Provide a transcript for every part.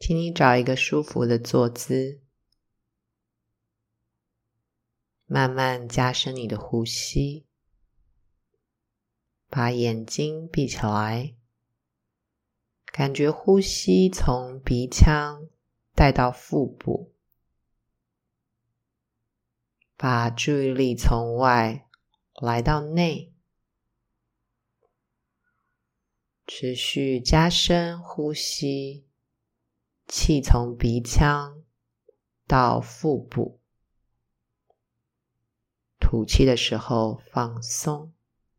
请你找一个舒服的坐姿，慢慢加深你的呼吸，把眼睛闭起来，感觉呼吸从鼻腔带到腹部，把注意力从外来到内，持续加深呼吸，气从鼻腔到腹部，吐气的时候放松，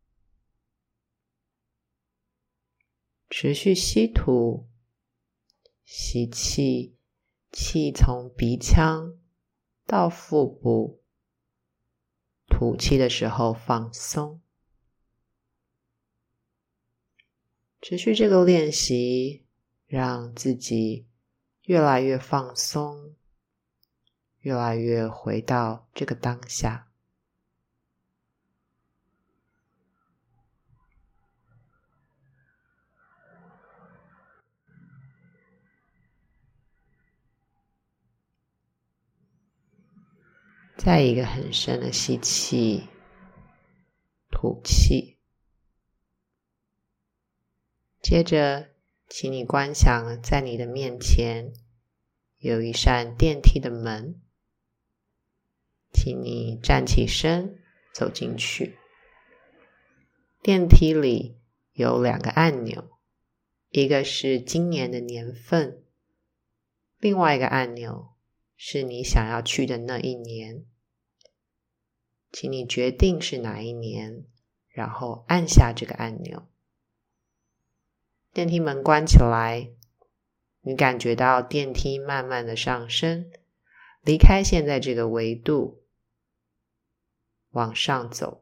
持续吸吐，吸气，气从鼻腔到腹部，吐气的时候放松。持续这个练习，让自己越来越放松，越来越回到这个当下。再一个很深的吸气，吐气。接着，请你观想在你的面前有一扇电梯的门，请你站起身走进去。电梯里有2个按钮，一个是今年的年份，另外一个按钮是你想要去的那一年。请你决定是哪一年，然后按下这个按钮。电梯门关起来，你感觉到电梯慢慢的上升，离开现在这个维度，往上走。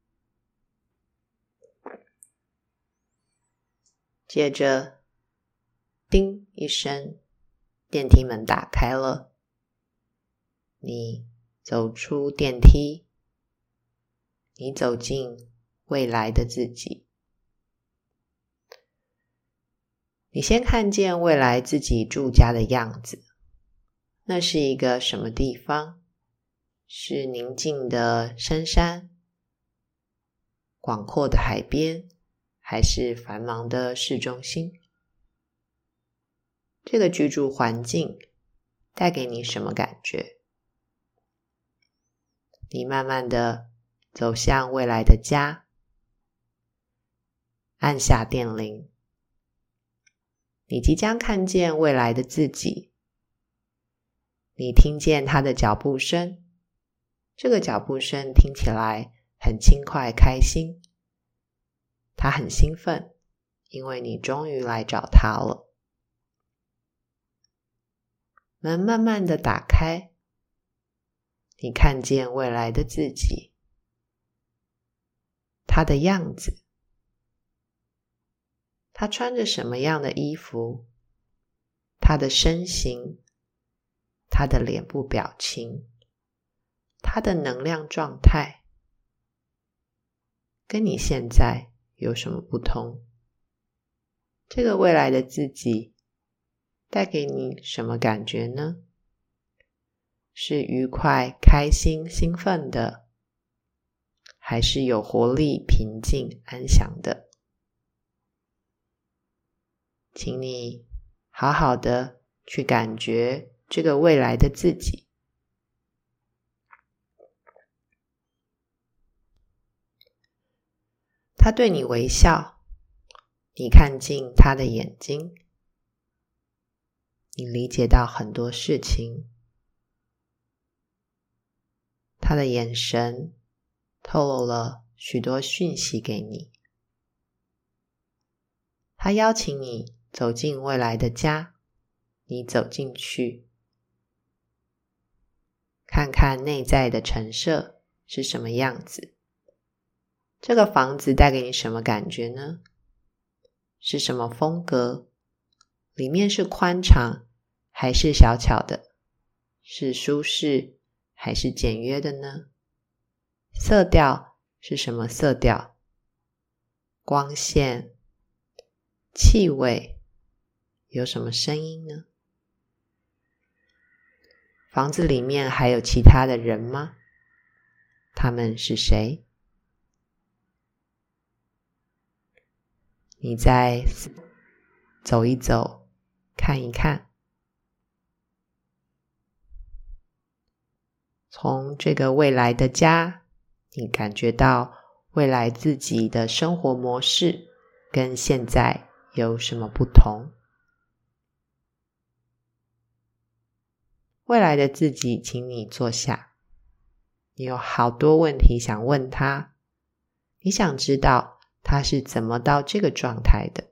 接着，叮一声，电梯门打开了，你走出电梯，你走进未来的自己。你先看见未来自己住家的样子，那是一个什么地方？是宁静的深山，广阔的海边，还是繁忙的市中心？这个居住环境带给你什么感觉？你慢慢的走向未来的家，按下电铃。你即将看见未来的自己，你听见他的脚步声，这个脚步声听起来很轻快开心，他很兴奋，因为你终于来找他了。门慢慢的打开，你看见未来的自己，他的样子，他穿着什么样的衣服，他的身形，他的脸部表情，他的能量状态，跟你现在有什么不同？这个未来的自己带给你什么感觉呢？是愉快、开心、兴奋的，还是有活力、平静、安详的？请你好好的去感觉这个未来的自己。他对你微笑，你看进他的眼睛，你理解到很多事情。他的眼神透露了许多讯息给你。他邀请你走进未来的家，你走进去，看看内在的陈设是什么样子。这个房子带给你什么感觉呢？是什么风格？里面是宽敞还是小巧的？是舒适还是简约的呢？色调是什么色调？光线、气味，有什么声音呢？ 房子里面还有其他的人吗？他们是谁？你再走一走，看一看。从这个未来的家，你感觉到未来自己的生活模式跟现在有什么不同？未来的自己，请你坐下。你有好多问题想问他，你想知道他是怎么到这个状态的。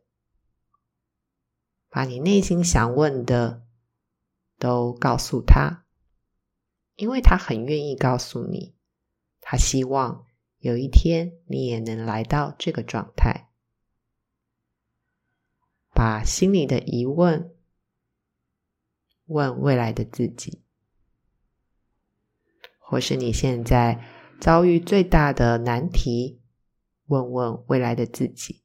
把你内心想问的都告诉他，因为他很愿意告诉你，他希望有一天你也能来到这个状态。把心里的疑问问未来的自己，或是你现在遭遇最大的难题，问问未来的自己。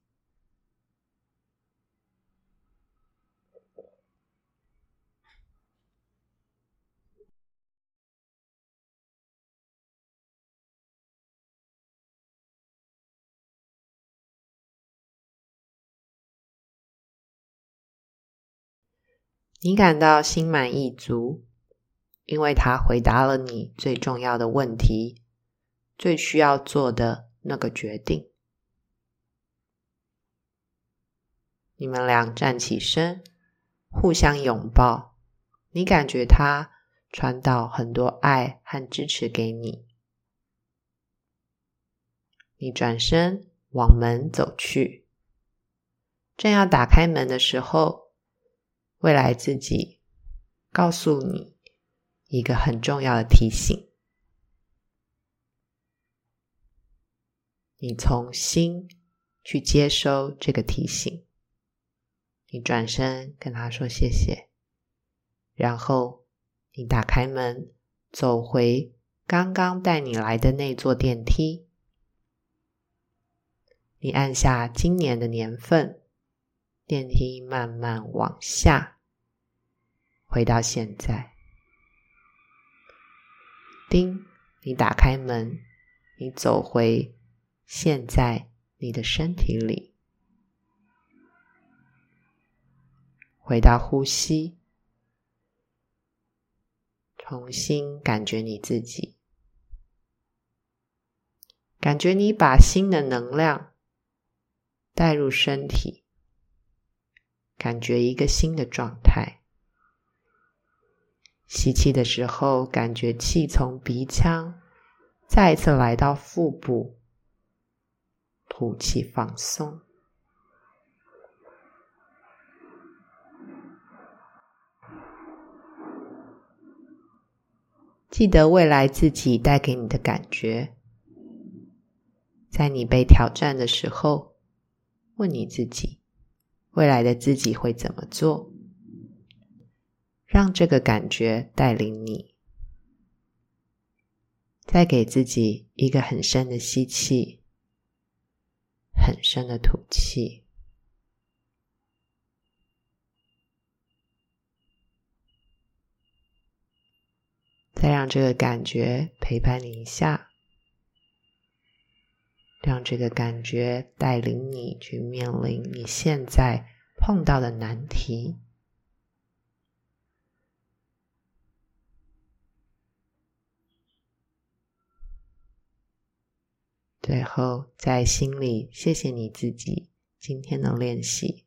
你感到心满意足，因为他回答了你最重要的问题，最需要做的那个决定。你们俩站起身，互相拥抱，你感觉他传导很多爱和支持给你。你转身往门走去，正要打开门的时候，未来自己告诉你一个很重要的提醒。你从心去接收这个提醒。你转身跟他说谢谢，然后你打开门，走回刚刚带你来的那座电梯。你按下今年的年份，电梯慢慢往下，回到现在。叮，你打开门，你走回现在你的身体里，回到呼吸，重新感觉你自己，感觉你把新的能量带入身体，感觉一个新的状态。吸气的时候，感觉气从鼻腔再一次来到腹部，吐气放松。记得未来自己带给你的感觉，在你被挑战的时候，问你自己，未来的自己会怎么做？让这个感觉带领你。再给自己一个很深的吸气，很深的吐气。再让这个感觉陪伴你一下，让这个感觉带领你去面临你现在碰到的难题。最后在心里谢谢你自己今天的练习。